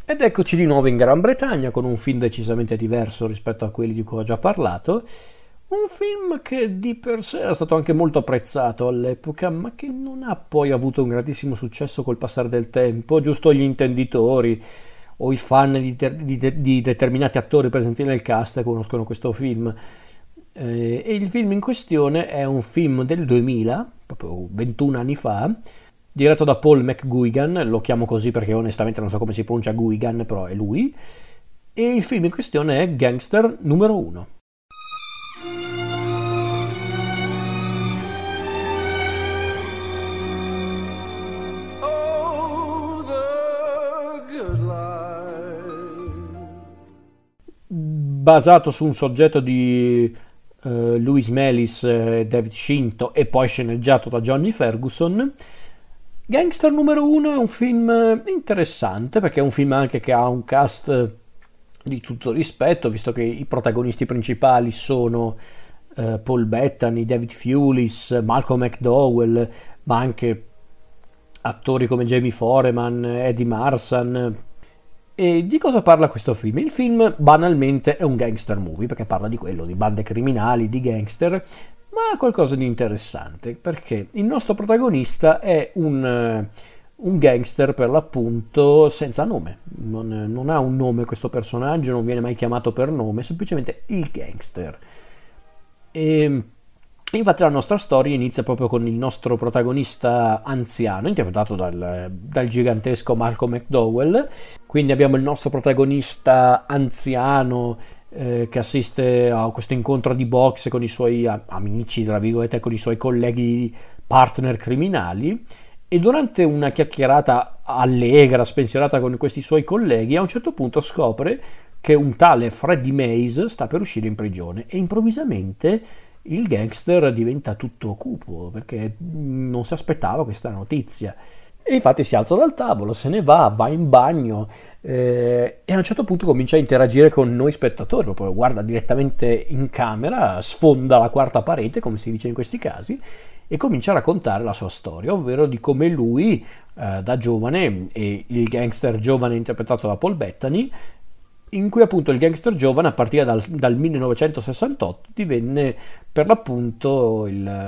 Ed eccoci di nuovo in Gran Bretagna con un film decisamente diverso rispetto a quelli di cui ho già parlato. Un film che di per sé era stato anche molto apprezzato all'epoca, ma che non ha poi avuto un grandissimo successo col passare del tempo. Giusto gli intenditori o i fan di determinati attori presenti nel cast conoscono questo film. E il film in questione è un film del 2000, proprio 21 anni fa, diretto da Paul McGuigan, lo chiamo così perché onestamente non so come si pronuncia Guigan, però è lui, e il film in questione è Gangster numero 1. Oh, the good life. Basato su un soggetto di Louis Melis e David Shinto e poi sceneggiato da Johnny Ferguson. Gangster numero 1 è un film interessante perché è un film anche che ha un cast di tutto rispetto, visto che i protagonisti principali sono Paul Bettany, David Thewlis, Malcolm McDowell, ma anche attori come Jamie Foreman, Eddie Marsan. E di cosa parla questo film? Il film banalmente è un gangster movie perché parla di quello, di bande criminali, di gangster, ma ha qualcosa di interessante perché il nostro protagonista è un gangster per l'appunto senza nome, non ha un nome questo personaggio, non viene mai chiamato per nome, è semplicemente il gangster. E infatti la nostra storia inizia proprio con il nostro protagonista anziano, interpretato dal gigantesco Malcolm McDowell. Quindi abbiamo il nostro protagonista anziano che assiste a questo incontro di boxe con i suoi amici, tra virgolette, con i suoi colleghi partner criminali, e durante una chiacchierata allegra, spensierata con questi suoi colleghi, a un certo punto scopre che un tale Freddie Mays sta per uscire in prigione e improvvisamente il gangster diventa tutto cupo perché non si aspettava questa notizia. E infatti si alza dal tavolo, se ne va in bagno e a un certo punto comincia a interagire con noi spettatori, proprio guarda direttamente in camera, sfonda la quarta parete, come si dice in questi casi, e comincia a raccontare la sua storia, ovvero di come lui da giovane, e il gangster giovane interpretato da Paul Bettany, in cui appunto il gangster giovane a partire dal 1968 divenne per l'appunto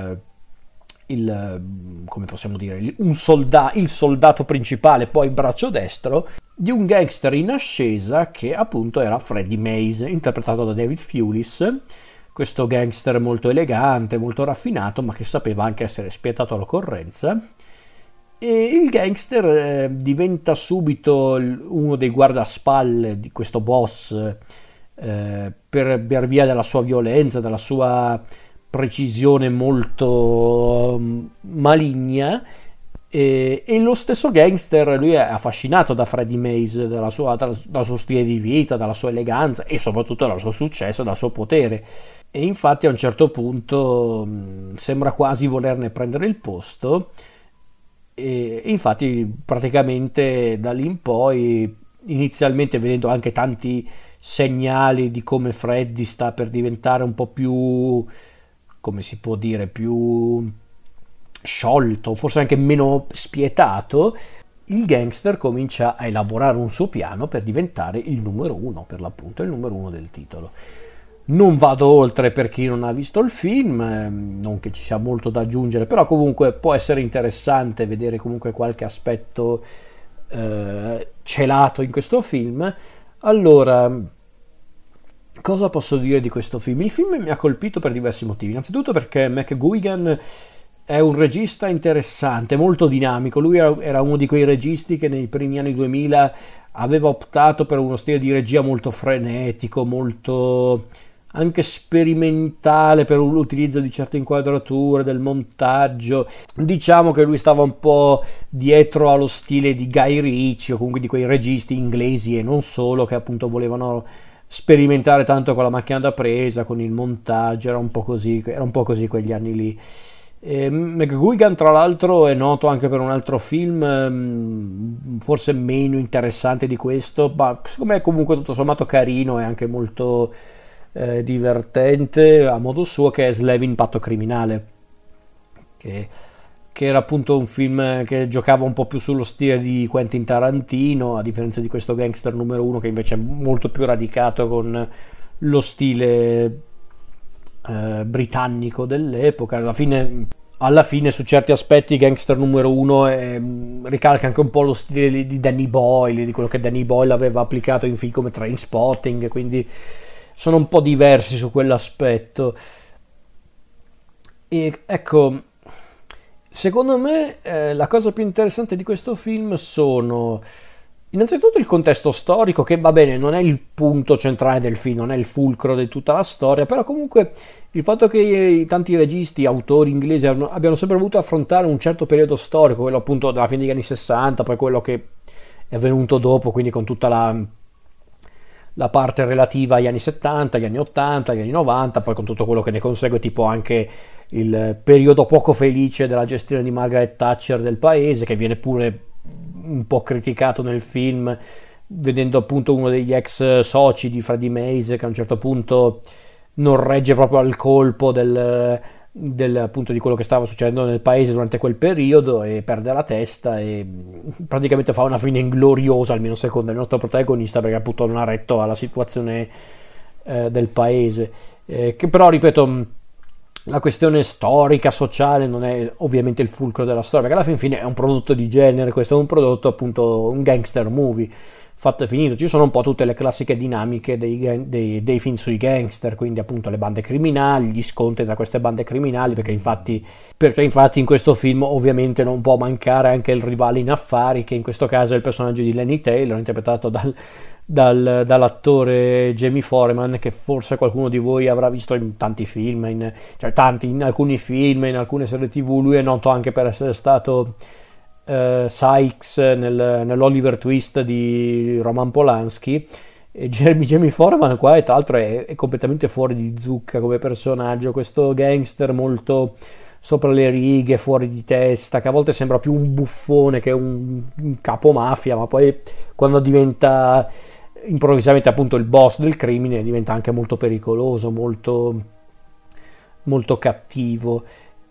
come possiamo dire, il soldato principale, poi braccio destro, di un gangster in ascesa che appunto era Freddie Mays, interpretato da David Thewlis, questo gangster molto elegante, molto raffinato, ma che sapeva anche essere spietato all'occorrenza. E il gangster diventa subito uno dei guardaspalle di questo boss per via della sua violenza, della sua precisione molto maligna. E lo stesso gangster, lui è affascinato da Freddie Mays, dal suo stile di vita, dalla sua eleganza e soprattutto dal suo successo, dal suo potere. E infatti a un certo punto sembra quasi volerne prendere il posto. E infatti praticamente da lì in poi, inizialmente vedendo anche tanti segnali di come Freddy sta per diventare un po' più, come si può dire, più sciolto, forse anche meno spietato, il gangster comincia a elaborare un suo piano per diventare il numero uno, per l'appunto il numero uno del titolo. Non vado oltre per chi non ha visto il film, non che ci sia molto da aggiungere, però comunque può essere interessante vedere comunque qualche aspetto celato in questo film. Allora, cosa posso dire di questo film? Il film mi ha colpito per diversi motivi. Innanzitutto perché McGuigan è un regista interessante, molto dinamico. Lui era uno di quei registi che nei primi anni 2000 aveva optato per uno stile di regia molto frenetico, molto anche sperimentale per l'utilizzo di certe inquadrature, del montaggio. Diciamo che lui stava un po' dietro allo stile di Guy Ritchie o comunque di quei registi inglesi e non solo, che appunto volevano sperimentare tanto con la macchina da presa, con il montaggio, era un po' così quegli anni lì. McGuigan tra l'altro è noto anche per un altro film forse meno interessante di questo, ma secondo me è comunque tutto sommato carino e anche molto divertente a modo suo, che è Slave in Patto Criminale, che che era appunto un film che giocava un po' più sullo stile di Quentin Tarantino, a differenza di questo Gangster numero uno che invece è molto più radicato con lo stile britannico dell'epoca. Alla fine su certi aspetti Gangster numero uno ricalca anche un po' lo stile di Danny Boyle, di quello che Danny Boyle aveva applicato in film come Trainspotting, quindi sono un po' diversi su quell'aspetto. E ecco, secondo me la cosa più interessante di questo film sono innanzitutto il contesto storico, che va bene, non è il punto centrale del film, non è il fulcro di tutta la storia, però comunque il fatto che tanti registi, autori inglesi abbiano sempre voluto affrontare un certo periodo storico, quello appunto della fine degli anni 60, poi quello che è venuto dopo, quindi con tutta la parte relativa agli anni 70, agli anni 80, agli anni 90, poi con tutto quello che ne consegue, tipo anche il periodo poco felice della gestione di Margaret Thatcher del paese, che viene pure un po' criticato nel film, vedendo appunto uno degli ex soci di Freddie Mays che a un certo punto non regge proprio al colpo appunto di quello che stava succedendo nel paese durante quel periodo e perde la testa e praticamente fa una fine ingloriosa, almeno secondo il nostro protagonista, perché appunto non ha retto alla situazione del paese, che però ripeto, la questione storica, sociale non è ovviamente il fulcro della storia, perché alla fine è un prodotto di genere, questo è un prodotto appunto, un gangster movie fatto e finito. Ci sono un po' tutte le classiche dinamiche dei film sui gangster, quindi appunto le bande criminali, gli scontri tra queste bande criminali, perché infatti in questo film ovviamente non può mancare anche il rivale in affari, che in questo caso è il personaggio di Lenny Taylor, interpretato dall'attore Jamie Foreman, che forse qualcuno di voi avrà visto in tanti film, in alcuni film, in alcune serie TV. Lui è noto anche per essere stato Sykes nell'Oliver Twist di Roman Polanski, e Jamie Foreman qua tra l'altro è completamente fuori di zucca come personaggio, questo gangster molto sopra le righe, fuori di testa, che a volte sembra più un buffone che un capo mafia, ma poi quando diventa improvvisamente appunto il boss del crimine diventa anche molto pericoloso, molto, molto cattivo.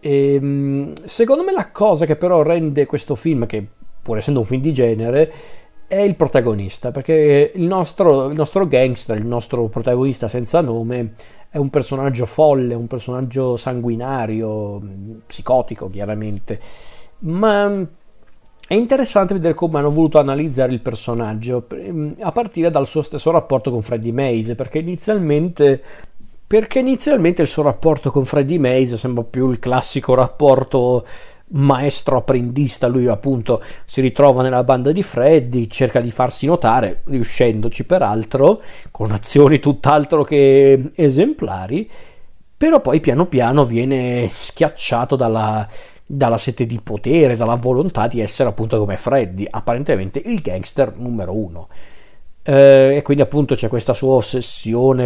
Secondo me la cosa che però rende questo film, che pur essendo un film di genere, è il protagonista, perché il nostro gangster, il nostro protagonista senza nome, è un personaggio folle, un personaggio sanguinario, psicotico chiaramente, ma è interessante vedere come hanno voluto analizzare il personaggio, a partire dal suo stesso rapporto con Freddie Mays, perché inizialmente il suo rapporto con Freddie Mays sembra più il classico rapporto maestro-apprendista. Lui appunto si ritrova nella banda di Freddie, cerca di farsi notare, riuscendoci peraltro, con azioni tutt'altro che esemplari, però poi piano piano viene schiacciato dalla sete di potere, dalla volontà di essere appunto come Freddie, apparentemente il gangster numero uno. E quindi appunto c'è questa sua ossessione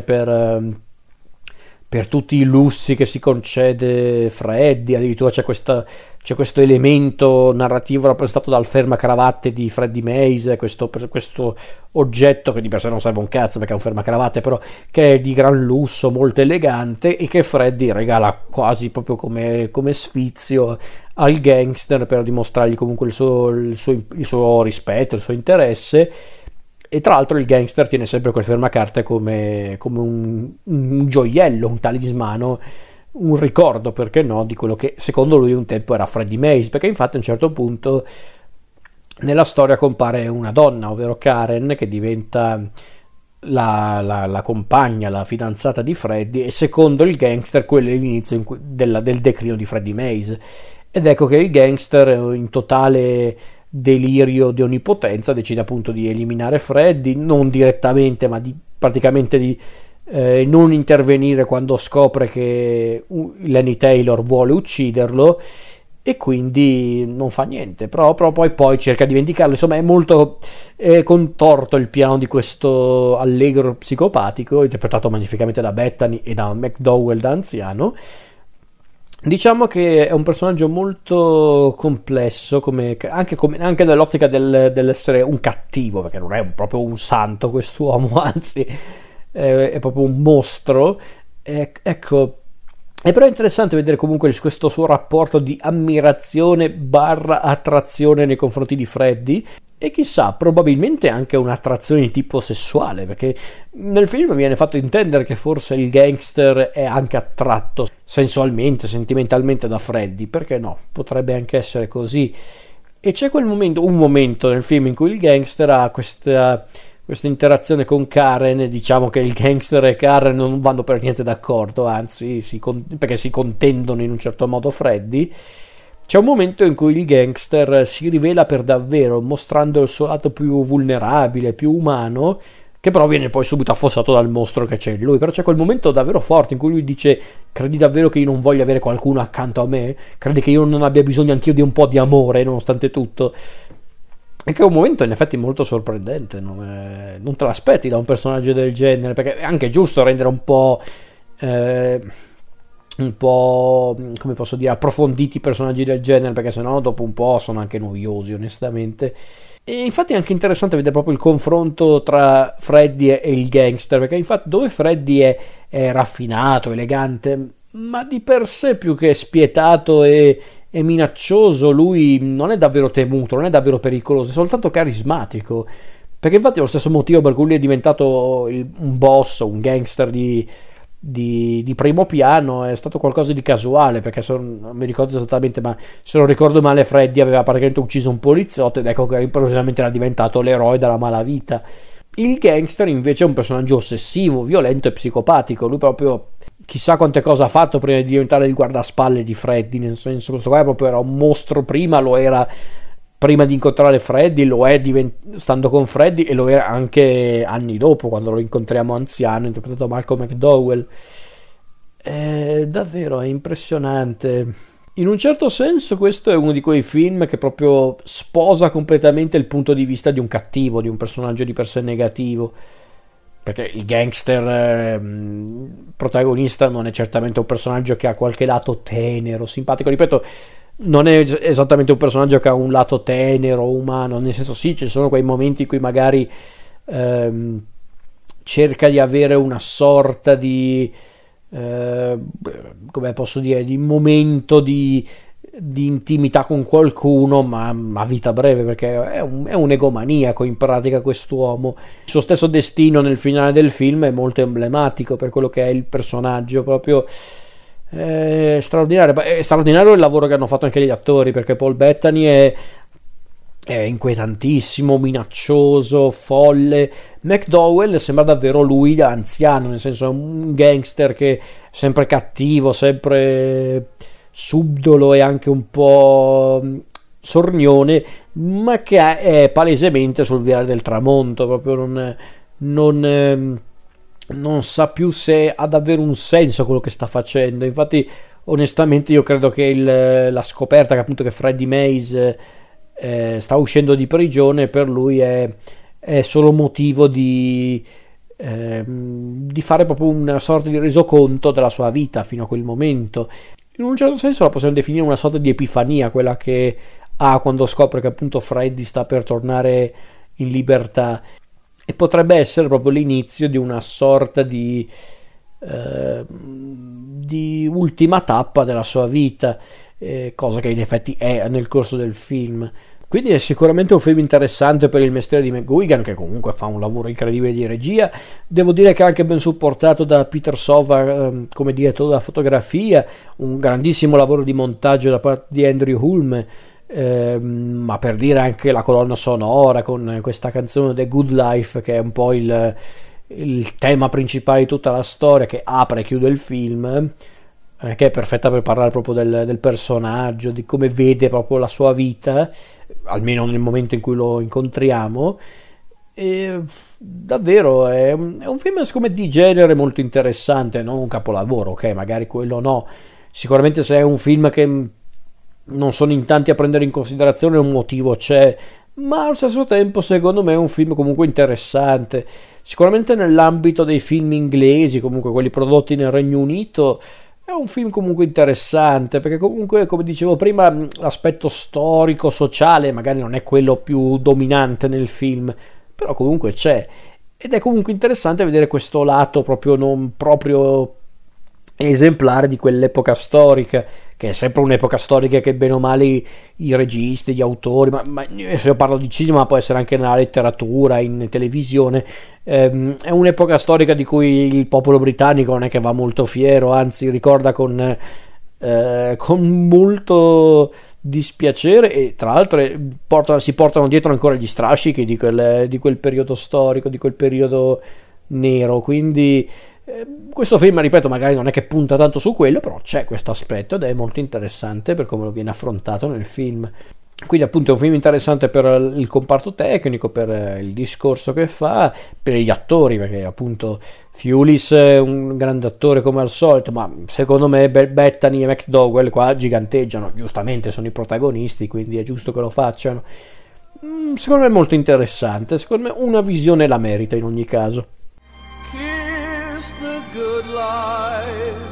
per tutti i lussi che si concede Freddie, addirittura c'è questo elemento narrativo rappresentato dal fermacravatte di Freddie Mays, questo oggetto che di per sé non serve un cazzo perché è un fermacravatte, però che è di gran lusso, molto elegante, e che Freddie regala quasi proprio come sfizio al gangster per dimostrargli comunque il suo rispetto, il suo interesse. E tra l'altro il gangster tiene sempre quel fermacarte come un gioiello, un talismano, un ricordo, perché no, di quello che secondo lui un tempo era Freddie Mays, perché infatti a un certo punto nella storia compare una donna, ovvero Karen, che diventa la compagna, la fidanzata di Freddie, e secondo il gangster quello è l'inizio del declino di Freddie Mays. Ed ecco che il gangster, in totale delirio di onnipotenza, decide appunto di eliminare Freddie, non direttamente, ma praticamente di non intervenire quando scopre che Lenny Taylor vuole ucciderlo, e quindi non fa niente, però poi cerca di vendicarlo. Insomma, è molto contorto il piano di questo allegro psicopatico, interpretato magnificamente da Bettany e da McDowell da anziano. Diciamo che è un personaggio molto complesso, anche nell'ottica dell'essere un cattivo, perché non è proprio un santo quest'uomo, anzi è proprio un mostro. Ecco, È però interessante vedere comunque questo suo rapporto di ammirazione barra attrazione nei confronti di Freddy, e chissà, probabilmente anche un'attrazione di tipo sessuale, perché nel film viene fatto intendere che forse il gangster è anche attratto sensualmente, sentimentalmente da Freddy, perché no? Potrebbe anche essere così. E c'è un momento nel film in cui il gangster ha questa interazione con Karen, e diciamo che il gangster e Karen non vanno per niente d'accordo, anzi perché si contendono in un certo modo Freddy. C'è un momento in cui il gangster si rivela per davvero, mostrando il suo lato più vulnerabile, più umano, che però viene poi subito affossato dal mostro che c'è in lui. Però c'è quel momento davvero forte in cui lui dice: credi davvero che io non voglia avere qualcuno accanto a me? Credi che io non abbia bisogno anch'io di un po' di amore nonostante tutto? E che è un momento in effetti molto sorprendente, non te l'aspetti da un personaggio del genere, perché è anche giusto rendere un po', come posso dire, approfonditi i personaggi del genere, perché sennò dopo un po' sono anche noiosi, onestamente. E infatti è anche interessante vedere proprio il confronto tra Freddy e il gangster, perché infatti dove Freddy è raffinato, elegante, ma di per sé più che spietato e minaccioso, lui non è davvero temuto, non è davvero pericoloso, è soltanto carismatico. Perché infatti è lo stesso motivo per cui lui è diventato un boss, un gangster di primo piano, è stato qualcosa di casuale, perché non mi ricordo esattamente, ma se non ricordo male Freddy aveva praticamente ucciso un poliziotto ed ecco che improvvisamente era diventato l'eroe della malavita. Il gangster invece è un personaggio ossessivo, violento e psicopatico, lui proprio chissà quante cose ha fatto prima di diventare il guardaspalle di Freddy, nel senso questo qua proprio era un mostro prima, lo era prima di incontrare Freddy, lo è stando con Freddy e lo era anche anni dopo quando lo incontriamo anziano, interpretato da Malcolm McDowell. Davvero è impressionante. In un certo senso questo è uno di quei film che proprio sposa completamente il punto di vista di un cattivo, di un personaggio di per sé negativo, perché il gangster protagonista non è certamente un personaggio che ha qualche lato tenero, simpatico, ripeto, non è esattamente un personaggio che ha un lato tenero, umano, nel senso sì, ci sono quei momenti in cui magari cerca di avere una sorta di come posso dire, di momento di intimità con qualcuno, ma a vita breve, perché è un egomaniaco in pratica quest'uomo. Il suo stesso destino nel finale del film è molto emblematico per quello che è il personaggio, proprio straordinario. È straordinario il lavoro che hanno fatto anche gli attori, perché Paul Bettany è inquietantissimo, minaccioso, folle. McDowell sembra davvero lui da anziano, nel senso è un gangster che è sempre cattivo, sempre subdolo e anche un po' sornione, ma che è palesemente sul viale del tramonto, proprio non sa più se ha davvero un senso quello che sta facendo. Infatti onestamente io credo che la scoperta che appunto che Freddie Mays sta uscendo di prigione per lui è solo motivo di fare proprio una sorta di resoconto della sua vita fino a quel momento. In un certo senso la possiamo definire una sorta di epifania, quella che ha quando scopre che appunto Freddy sta per tornare in libertà, e potrebbe essere proprio l'inizio di una sorta di ultima tappa della sua vita, cosa che in effetti è nel corso del film. Quindi è sicuramente un film interessante per il mestiere di McGuigan, che comunque fa un lavoro incredibile di regia. Devo dire che è anche ben supportato da Peter Sova come direttore della fotografia, un grandissimo lavoro di montaggio da parte di Andrew Hulme, ma per dire anche la colonna sonora con questa canzone The Good Life, che è un po' il tema principale di tutta la storia, che apre e chiude il film, che è perfetta per parlare proprio del personaggio, di come vede proprio la sua vita, almeno nel momento in cui lo incontriamo. E davvero è un film come di genere molto interessante, non un capolavoro, ok, magari quello no, sicuramente se è un film che non sono in tanti a prendere in considerazione un motivo c'è, ma allo stesso tempo secondo me è un film comunque interessante, sicuramente nell'ambito dei film inglesi, comunque quelli prodotti nel Regno Unito. È un film comunque interessante, perché comunque, come dicevo prima, l'aspetto storico, sociale magari non è quello più dominante nel film, però comunque c'è, ed è comunque interessante vedere questo lato proprio non proprio esemplare di quell'epoca storica, che è sempre un'epoca storica che bene o male i registi, gli autori, ma se io parlo di cinema può essere anche nella letteratura, in televisione, è un'epoca storica di cui il popolo britannico non è che va molto fiero, anzi ricorda con molto dispiacere, e tra l'altro si portano dietro ancora gli strascichi di quel periodo storico, di quel periodo nero, quindi questo film, ripeto, magari non è che punta tanto su quello, però c'è questo aspetto ed è molto interessante per come lo viene affrontato nel film. Quindi appunto è un film interessante per il comparto tecnico, per il discorso che fa, per gli attori, perché appunto Thewlis è un grande attore come al solito, ma secondo me Bettany e McDowell qua giganteggiano, giustamente sono i protagonisti, quindi è giusto che lo facciano. Secondo me è molto interessante, secondo me una visione la merita in ogni caso. Kiss the good life.